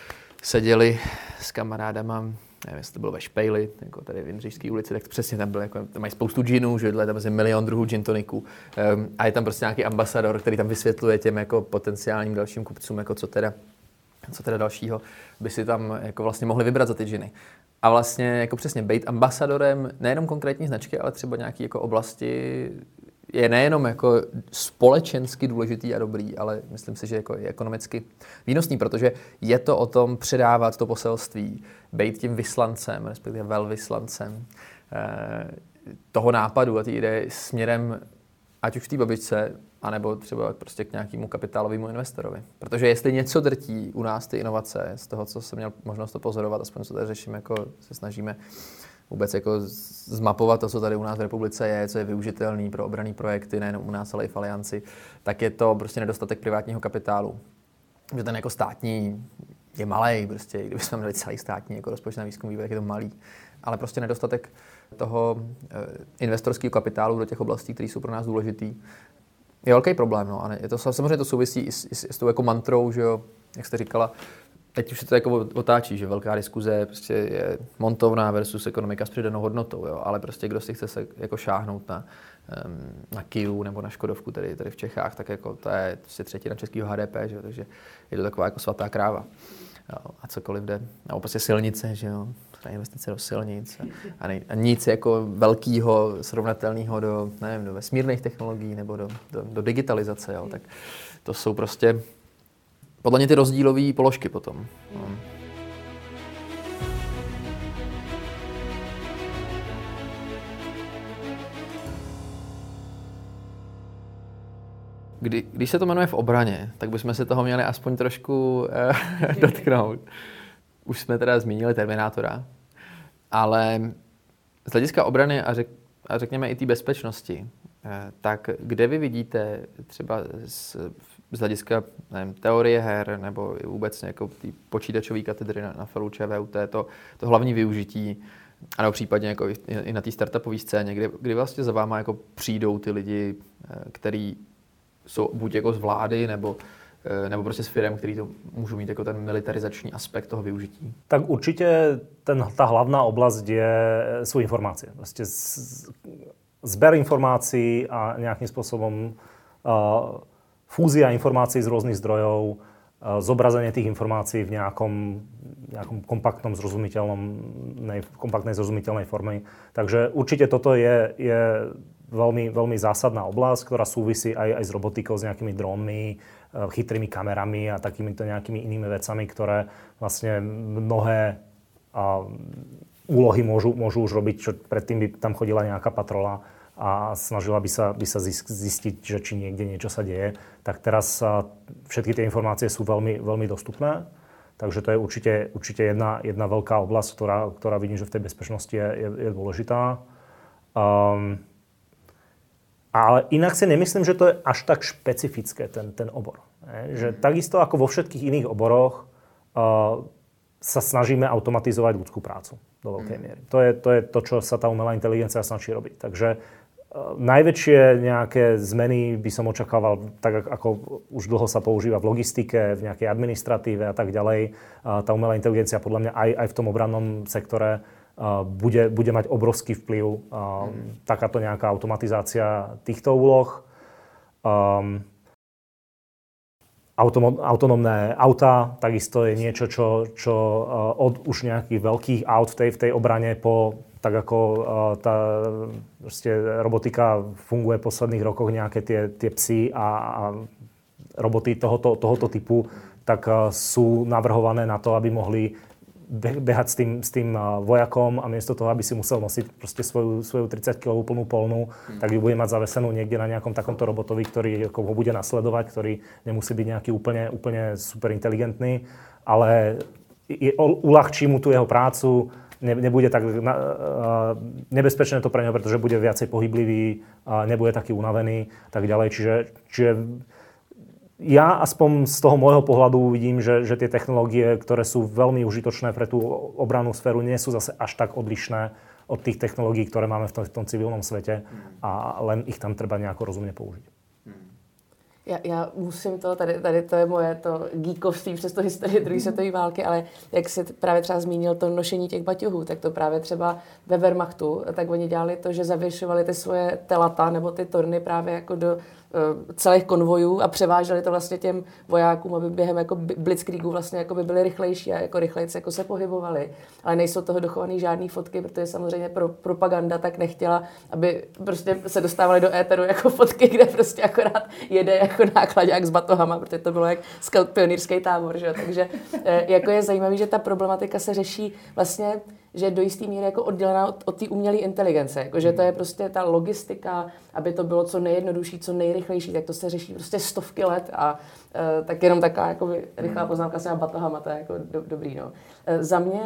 seděli s kamarádama, nevím, jestli to bylo ve Špejli, jako tady v Jindřišské ulici, tak přesně tam bylo, jako, tam mají spoustu ginů, že je tam vlastně milion druhů gin toniků um, a je tam prostě nějaký ambasador, který tam vysvětluje těm jako potenciálním dalším kupcům, jako co teda, co teda dalšího by si tam jako vlastně mohli vybrat za ty giny. A vlastně jako přesně být ambasadorem nejenom konkrétní značky, ale třeba nějaký jako oblasti je nejenom jako společensky důležitý a dobrý, ale myslím si, že jako je ekonomicky výnosný, protože je to o tom předávat to poselství, být tím vyslancem, respektive velvyslancem eh, toho nápadu a té ideje směrem ať už k té babičce, anebo třeba prostě k nějakému kapitálovému investorovi. Protože jestli něco drtí u nás ty inovace, z toho, co jsem měl možnost to pozorovat, aspoň co tady řeším, jako se snažíme vůbec jako zmapovat to, co tady u nás v republice je, co je využitelný pro obranné projekty, nejenom u nás, ale i v Alianci, tak je to prostě nedostatek privátního kapitálu. Že ten jako státní je malej, prostě, kdybychom měli celý státní jako rozpočet na výzkum vývoj, je to malý. Ale prostě nedostatek toho investorského kapitálu do těch oblastí, které jsou pro nás důležitý, je velký problém. No. A je to, samozřejmě to souvisí i s, s, s tou jako mantrou, že jo, jak jste říkala, teď už se to jako otáčí, že velká diskuze prostě je montovna versus ekonomika s přidanou hodnotou, jo, ale prostě kdo si chce se jako šáhnout na, na Kia nebo na Škodovku tady, tady v Čechách, tak jako to je prostě třetina českého H D P, že jo, takže je to taková jako svatá kráva. Jo, a cokoliv jde, nebo prostě silnice, že jo, investice do silnic a, ne, a nic jako velkého, srovnatelného do, nevím, do vesmírných technologií nebo do, do, do digitalizace, jo, tak to jsou prostě podle mě ty rozdílové položky potom. No. Kdy, když se to jmenuje v obraně, tak bychom se toho měli aspoň trošku eh, dotknout. Už jsme teda zmínili Terminátora, ale z hlediska obrany a, řek, a řekněme i té bezpečnosti, eh, tak kde vy vidíte třeba z, z hlediska nevím, teorie her nebo vůbec jako té počítačové katedry na, na F E L U ČVUT to, to hlavní využití, ano, případně jako i, i na té startupové scéně, kdy, kdy vlastně za váma jako přijdou ty lidi, eh, který jsou buď jako z vlády, nebo, nebo prostě s firem, který to můžou mít jako ten militarizační aspekt toho využití? Tak určitě ten, ta hlavná oblast je, sú informácie. Prostě zber informácií a nejakým spôsobom uh, fúzia informácií z rôznych zdrojov, uh, zobrazenie tých informácií v nejakom, nejakom kompaktnom, zrozumiteľnom, kompaktnej, zrozumiteľnej forme. Takže určite toto je, je veľmi, veľmi zásadná oblasť, ktorá súvisí aj, aj s robotikou, s nejakými drónmi, chytrými kamerami a takýmito nejakými inými vecami, ktoré vlastne mnohé a, úlohy môžu, môžu už robiť, čo predtým by tam chodila nejaká patrola a snažila by sa, by sa zistiť, že či niekde niečo sa deje. Tak teraz a, všetky tie informácie sú veľmi, veľmi dostupné. Takže to je určite, určite jedna, jedna veľká oblasť, ktorá, ktorá vidím, že v tej bezpečnosti je, je, je dôležitá. Um, Ale inak si nemyslím, že to je až tak špecifické, ten, ten obor. Je, že takisto ako vo všetkých iných oboroch uh, sa snažíme automatizovať ľudskú prácu do veľkej miery. To je, to je to, čo sa tá umelá inteligencia snaží robiť. Takže uh, najväčšie nejaké zmeny by som očakával, tak ako už dlho sa používa v logistike, v nejakej administratíve a tak ďalej. Uh, tá umelá inteligencia podľa mňa aj, aj v tom obrannom sektore Uh, bude, bude mať obrovský vplyv uh, mm. takáto nejaká automatizácia týchto úloh. Um, automo- autonómne auta takisto je niečo, čo, čo uh, od už nejakých veľkých aut v tej, v tej obrane po, tak ako uh, tá proste robotika funguje v posledných rokoch, nejaké tie, tie psy a, a roboty tohoto, tohoto typu, tak uh, sú navrhované na to, aby mohli behať s tým, s tým vojakom a miesto toho, aby si musel nosiť proste svoju, svoju tridsaťkilovú plnú polnu, hmm. tak ju bude mať zavesenú niekde na nejakom takomto robotovi, ktorý ho bude nasledovať, ktorý nemusí byť nejaký úplne, úplne super inteligentný, ale je, uľahčí mu tú jeho prácu, ne, nebude tak na, nebezpečné to pre neho, pretože bude viacej pohyblivý, nebude taký unavený, tak ďalej. Čiže, čiže ja aspoň z toho môjho pohľadu vidím, že, že tie technológie, ktoré sú veľmi užitočné pre tú obrannú sféru, nie sú zase až tak odlišné od tých technológií, ktoré máme v tom, v tom civilnom svete a len ich tam treba nejako rozumne použiť. Já, já musím to, tady, tady to je moje to geekovství přes to historii druhé světové války, ale jak jsi právě třeba zmínil to nošení těch baťohů, tak to právě třeba ve Wehrmachtu, tak oni dělali to, že zavěšovali ty svoje telata nebo ty torny právě jako do celých konvojů a převáželi to vlastně těm vojákům, aby během jako blitzkriegu vlastně jako by byli rychlejší a jako rychlejci jako se pohybovali. Ale nejsou toho dochovaný žádný fotky, protože samozřejmě pro propaganda tak nechtěla, aby prostě se dostávali do éteru jako fotky, kde prostě akorát jede jako nákladák s batohama, protože to bylo jak scout pionýrský tábor, že? Takže jako je zajímavý, že ta problematika se řeší vlastně, že je do jistý míry jako oddělená od, od té umělé inteligence. Jako, že to je prostě ta logistika, aby to bylo co nejjednodušší, co nejrychlejší, tak to se řeší prostě stovky let a e, tak jenom taková jakoby, rychlá poznámka s těma batohama, to je jako do, dobrý. No. E, za mě,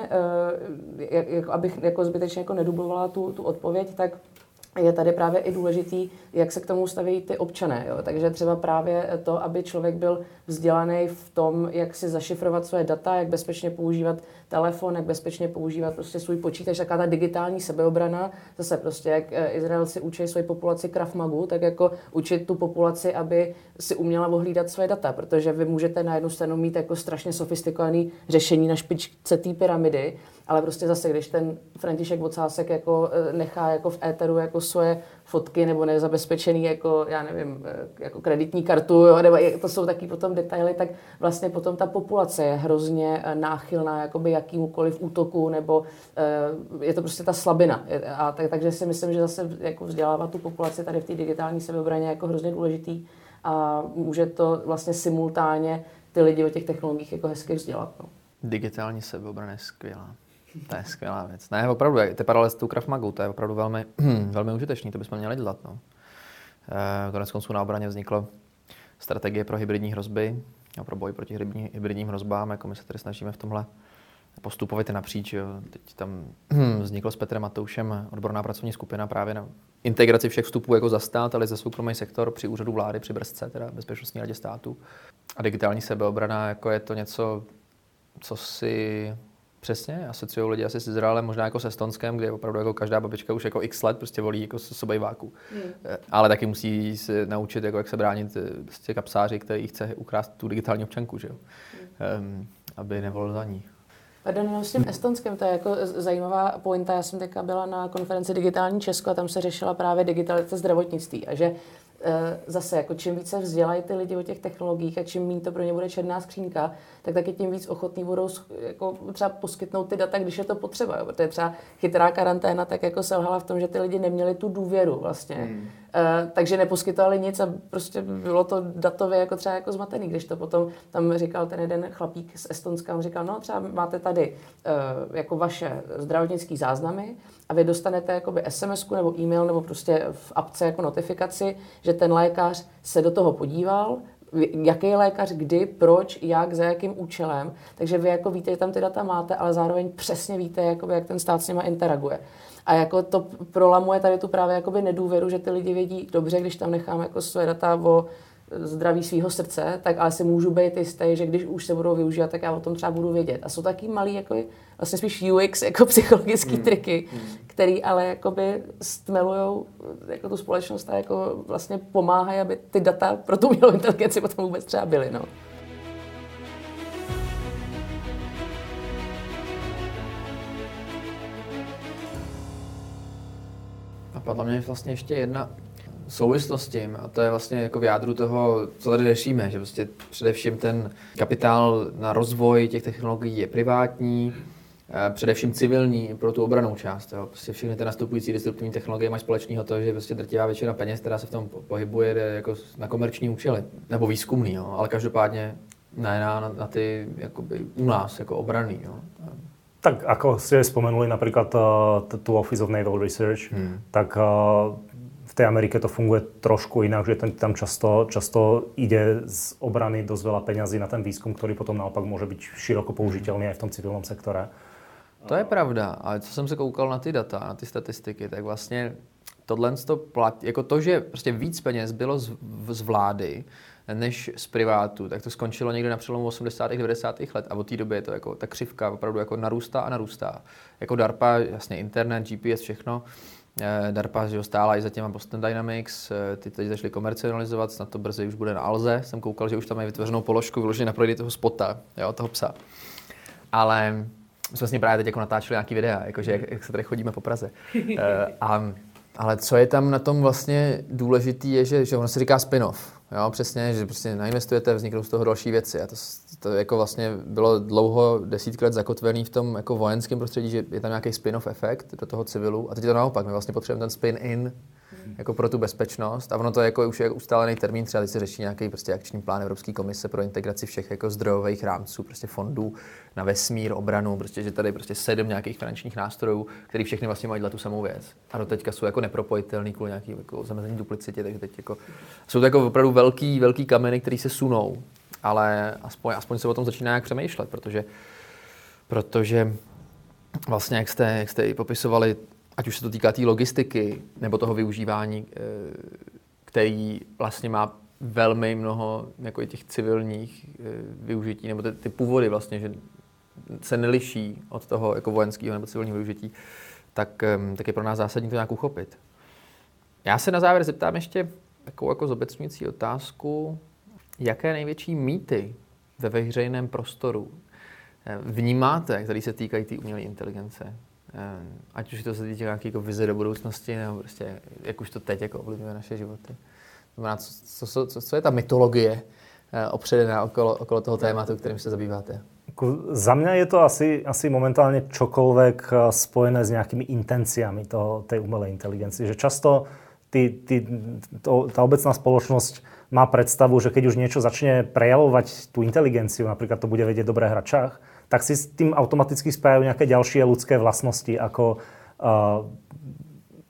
e, jak, abych jako zbytečně jako nedublovala tu, tu odpověď, tak je tady právě i důležitý, jak se k tomu staví ty občané. Jo? Takže třeba právě to, aby člověk byl vzdělaný v tom, jak si zašifrovat své data, jak bezpečně používat telefon, jak bezpečně používat prostě svůj počítač, taková ta digitální sebeobrana. Zase prostě, jak Izraelci učí svoji populaci Krav Magu, tak jako učit tu populaci, aby si uměla ohlídat své data, protože vy můžete na jednu stranu mít jako strašně sofistikované řešení na špičce té pyramidy, ale prostě zase, když ten František Vocásek jako nechá jako v éteru jako svoje fotky nebo nezabezpečený jako, já nevím, jako kreditní kartu, jo, nebo to jsou taky potom detaily, tak vlastně potom ta populace je hrozně náchylná jakoby jakýmukoliv útoku, nebo je to prostě ta slabina. A tak, takže si myslím, že zase jako vzdělávat tu populaci tady v té digitální sebeobraně je jako hrozně důležitý a může to vlastně simultánně ty lidi o těch technologiích jako hezky vzdělat. No. Digitální sebeobrana je skvělá. To je skvělá věc. Ne, opravdu, ty paralely s tou Krav Magou, to je opravdu velmi, velmi užitečný, to bychom měli dělat. No. E, konec konců na obraně vzniklo strategie pro hybridní hrozby, a pro boj proti hybridním hrozbám, jako my se tady snažíme v tomhle postupovat napříč. Jo. Teď tam vzniklo s Petrem Matoušem odborná pracovní skupina právě na integraci všech vstupů jako za stát, ale za soukromý sektor při úřadu vlády, při BRZce, teda Bezpečnostní radě státu. A digitální sebeobrana, jako je to něco, co si přesně asociují lidi asi s Izraelem, možná jako s Estonskem, kde opravdu jako každá babička už jako x let prostě volí jako sobejváku. Mm. Ale taky musí se naučit, jako jak se bránit prostě kapsáři, který chce ukrást tu digitální občanku, že jo? Mm. Um, aby nevolil za ní. Pardon, s tím Estonskem, to je jako zajímavá pointa. Já jsem teďka byla na konferenci Digitální Česko a tam se řešila právě digitalizace zdravotnictví a že zase, jako čím více vzdělají ty lidi o těch technologiích a čím méně to pro ně bude černá skřínka, tak taky tím víc ochotní budou jako třeba poskytnout ty data, když je to potřeba. Jo? Protože třeba chytrá karanténa tak jako selhala v tom, že ty lidi neměli tu důvěru vlastně. Hmm. Uh, takže neposkytovali nic a prostě bylo to datově jako třeba jako zmatený. Když to potom tam říkal ten jeden chlapík z Estonska, on říkal, no třeba máte tady uh, jako vaše zdravotnické záznamy a vy dostanete jakoby es em esku nebo e-mail nebo prostě v apce jako notifikaci, že ten lékař se do toho podíval, jaký lékař, kdy, proč, jak, za jakým účelem. Takže vy jako víte, že tam ty data máte, ale zároveň přesně víte, jakoby, jak ten stát s nima interaguje. A jako to prolamuje tady tu právě jakoby nedůvěru, že ty lidi vědí dobře, když tam nechám jako své data o zdraví svého srdce, tak ale si můžu být jistý, že když už se budou využívat, tak já o tom třeba budu vědět. A jsou taky malý jako vlastně spíš U X jako psychologický mm. triky, mm. který ale jakoby stmelujou jako tu společnost a jako vlastně pomáhají, aby ty data pro tu umělou inteligenci potom vůbec třeba byly, no. Napadla mě vlastně ještě jedna souvislost s tím, a to je vlastně jako v jádru toho, co tady řešíme, že prostě především ten kapitál na rozvoj těch technologií je privátní, především civilní pro tu obrannou část. Jo. Prostě všechny ty nastupující disruptivní technologie mají společného to, že prostě drtivá většina peněz, která se v tom pohybuje, jde jako na komerční účely, nebo výzkumný, jo. Ale každopádně ne na, na ty jakoby u nás, jako obranný. Jo. Tak ako ste spomenuli napríklad uh, tu Office of Naval Research, hmm. tak uh, v tej Amerike to funguje trošku inak, že ten, tam často, často ide z obrany dosť veľa peňazí na ten výskum, ktorý potom naopak môže byť široko použiteľný aj v tom civilnom sektore. To je pravda, ale co jsem se koukal na ty data, na ty statistiky, tak vlastně tohle to platí, jako to, že prostě víc peněz bylo z, z vlády, než z privátu, tak to skončilo někde na přelomu osmdesátých devadesátých let a od té doby je to jako ta křivka opravdu jako narůstá a narůstá. Jako DARPA, jasně internet, G P S, všechno. DARPA že stála i za těma Boston Dynamics, ty teď začali komercializovat, snad to brzy už bude na Alze. Jsem koukal, že už tam mají vytvořenou položku vyloženě na prodej toho spota, jo, toho psa. Ale my jsme vlastně právě teď jako natáčeli nějaký videa, jakože jak, jak se tady chodíme po Praze. a Ale co je tam na tom vlastně důležitý, je, že, že ono se říká spin-off. Jo, přesně, že prostě nainvestujete, vzniknou z toho další věci. A to, to jako vlastně bylo dlouho, desítky let zakotvený v tom jako vojenském prostředí, že je tam nějaký spin-off efekt do toho civilu. A teď je to naopak, my vlastně potřebujeme ten spin-in jako pro tu bezpečnost. A ono to je jako už je ustálený termín, třeba teď se řeší nějaký prostě akční plán Evropské komise pro integraci všech jako zdrojových rámců, prostě fondů na vesmír, obranu, prostě, že tady prostě sedm nějakých finančních nástrojů, který všechny vlastně mají dělat tu samou věc. A do teďka jsou jako nepropojitelný kvůli nějaký jako zamezení duplicitě, takže teď jako jsou to jako opravdu velký, velký kameny, které se sunou, ale aspoň, aspoň se o tom začíná jak přemýšlet, protože, protože vlastně, jak jste, jak jste i popisovali, ať už se to týká té logistiky nebo toho využívání, který vlastně má velmi mnoho jako těch civilních využití, nebo ty, ty původy vlastně, že se neliší od toho jako vojenského nebo civilního využití, tak, tak je pro nás zásadní to nějak uchopit. Já se na závěr zeptám ještě takovou jako zobecňující otázku, jaké největší mýty ve veřejném prostoru vnímáte, které se týkají té umělé inteligence? Ať už to se týká nějaké jako vize do budoucnosti, nebo prostě jak už to teď jako ovlivňuje naše životy. Znamená, co, co, co, co je ta mytologie opředená okolo, okolo toho tématu, kterým se zabýváte? Za mňa je to asi, asi momentálne čokoľvek spojené s nejakými intenciami toho, tej umelej inteligencie. Že často ty, ty, to, tá obecná spoločnosť má predstavu, že keď už niečo začne prejavovať tú inteligenciu, napríklad to bude vedieť dobre hrať šach, tak si s tým automaticky spájajú nejaké ďalšie ľudské vlastnosti, ako uh,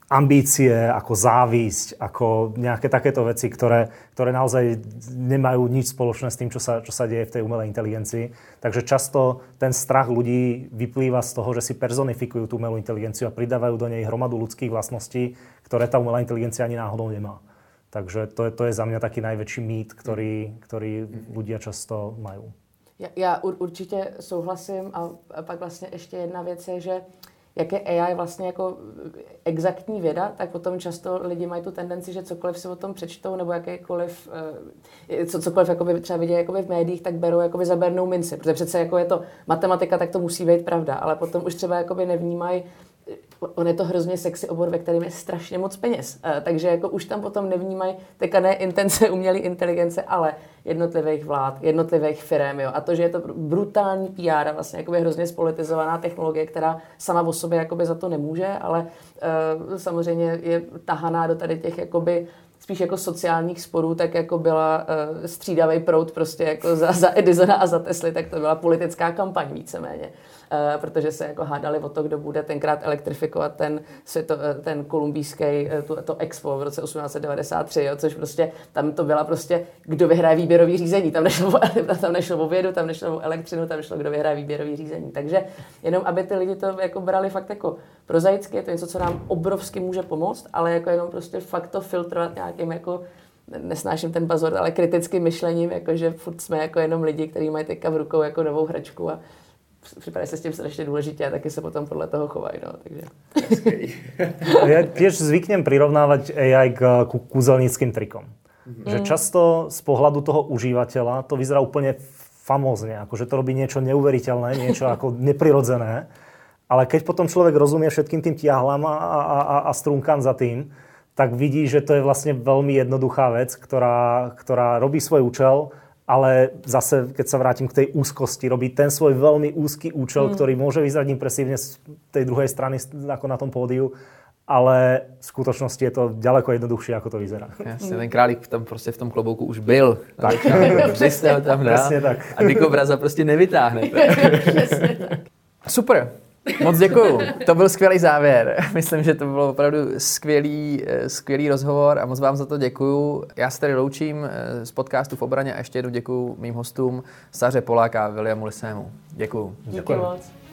ambície, ako závisť, ako nejaké takéto veci, ktoré, ktoré naozaj nemajú nič spoločné s tým, čo sa, čo sa deje v tej umelej inteligencii. Takže často ten strach ľudí vyplýva z toho, že si personifikujú tú umelú inteligenciu a pridávajú do nej hromadu ľudských vlastností, ktoré tá umelá inteligencia ani náhodou nemá. Takže to je, to je za mňa taký najväčší mýt, ktorý, ktorý ľudia často majú. Já, já určitě souhlasím a, a pak vlastně ještě jedna věc je, že jak je A I vlastně jako exaktní věda, tak potom často lidi mají tu tendenci, že cokoliv si o tom přečtou nebo jakýkoliv, co, cokoliv jakoby třeba vidějí jakoby v médiích, tak berou jakoby za bernou minci, protože přece jako je to matematika, tak to musí být pravda, ale potom už třeba jakoby nevnímají, on je to hrozně sexy obor, ve kterém je strašně moc peněz. Takže jako už tam potom nevnímají teďka ne intence umělé inteligence, ale jednotlivých vlád, jednotlivých firem. Jo. A to, že je to brutální P R a vlastně jakoby hrozně spolitizovaná technologie, která sama o sobě jakoby za to nemůže, ale uh, samozřejmě je tahaná do tady těch jakoby spíš jako sociálních sporů, tak jako byla uh, střídavý proud prostě jako za, za Edisona a za Tesly, tak to byla politická kampaň víceméně. Uh, protože se jako hádali o to, kdo bude tenkrát elektrifikovat ten, světo, ten kolumbijský, tu, to Expo v roce osmnáct set devadesát tři, jo, což prostě tam to byla prostě, kdo vyhraje výběrový řízení. Tam nešlo, o, tam nešlo o vědu, tam nešlo o elektřinu, tam nešlo, kdo vyhraje výběrový řízení. Takže jenom, aby ty lidi to jako brali fakt jako prozaicky, je to něco, co nám obrovsky může pomoct, ale jako jenom prostě fakt to filtrovat nějakým jako, nesnáším ten bazor, ale kritickým myšlením, jakože furt jsme jako jenom lidi, kteří mají teďka v rukou jako novou hračku a připadají se s tím strašně důležitě a taky se potom podle toho chovají. No, takže. Ja tiež zvyknem prirovnávať A I k kúzelníckým trikom. Mm. Že často z pohľadu toho užívateľa to vyzerá úplne famózne, akože to robí niečo neuveriteľné, niečo ako neprirodzené, ale keď potom človek rozumie všetkým tým tiahlám a, a, a, a strunkám za tým, tak vidí, že to je vlastne veľmi jednoduchá vec, ktorá, ktorá robí svoj účel, ale zase, keď sa vrátim k tej úzkosti, robí ten svoj veľmi úzky účel, mm. ktorý môže vyzerať impresívne z tej druhej strany, ako na tom pódiu, ale v skutočnosti je to ďaleko jednoduchšie, ako to vyzerá. Jasně, ten králík tam prostě v tom klobouku už byl. Tak, přesně ho tam dá. tak. A dikobraza prostě nevytáhnete. Super. Moc děkuju. To byl skvělý závěr. Myslím, že to bylo opravdu skvělý, skvělý rozhovor a moc vám za to děkuju. Já se tady loučím z podcastu V obraně a ještě jednou děkuju mým hostům Saře Polák a Williamu Lisému. Děkuju. Děkuji moc.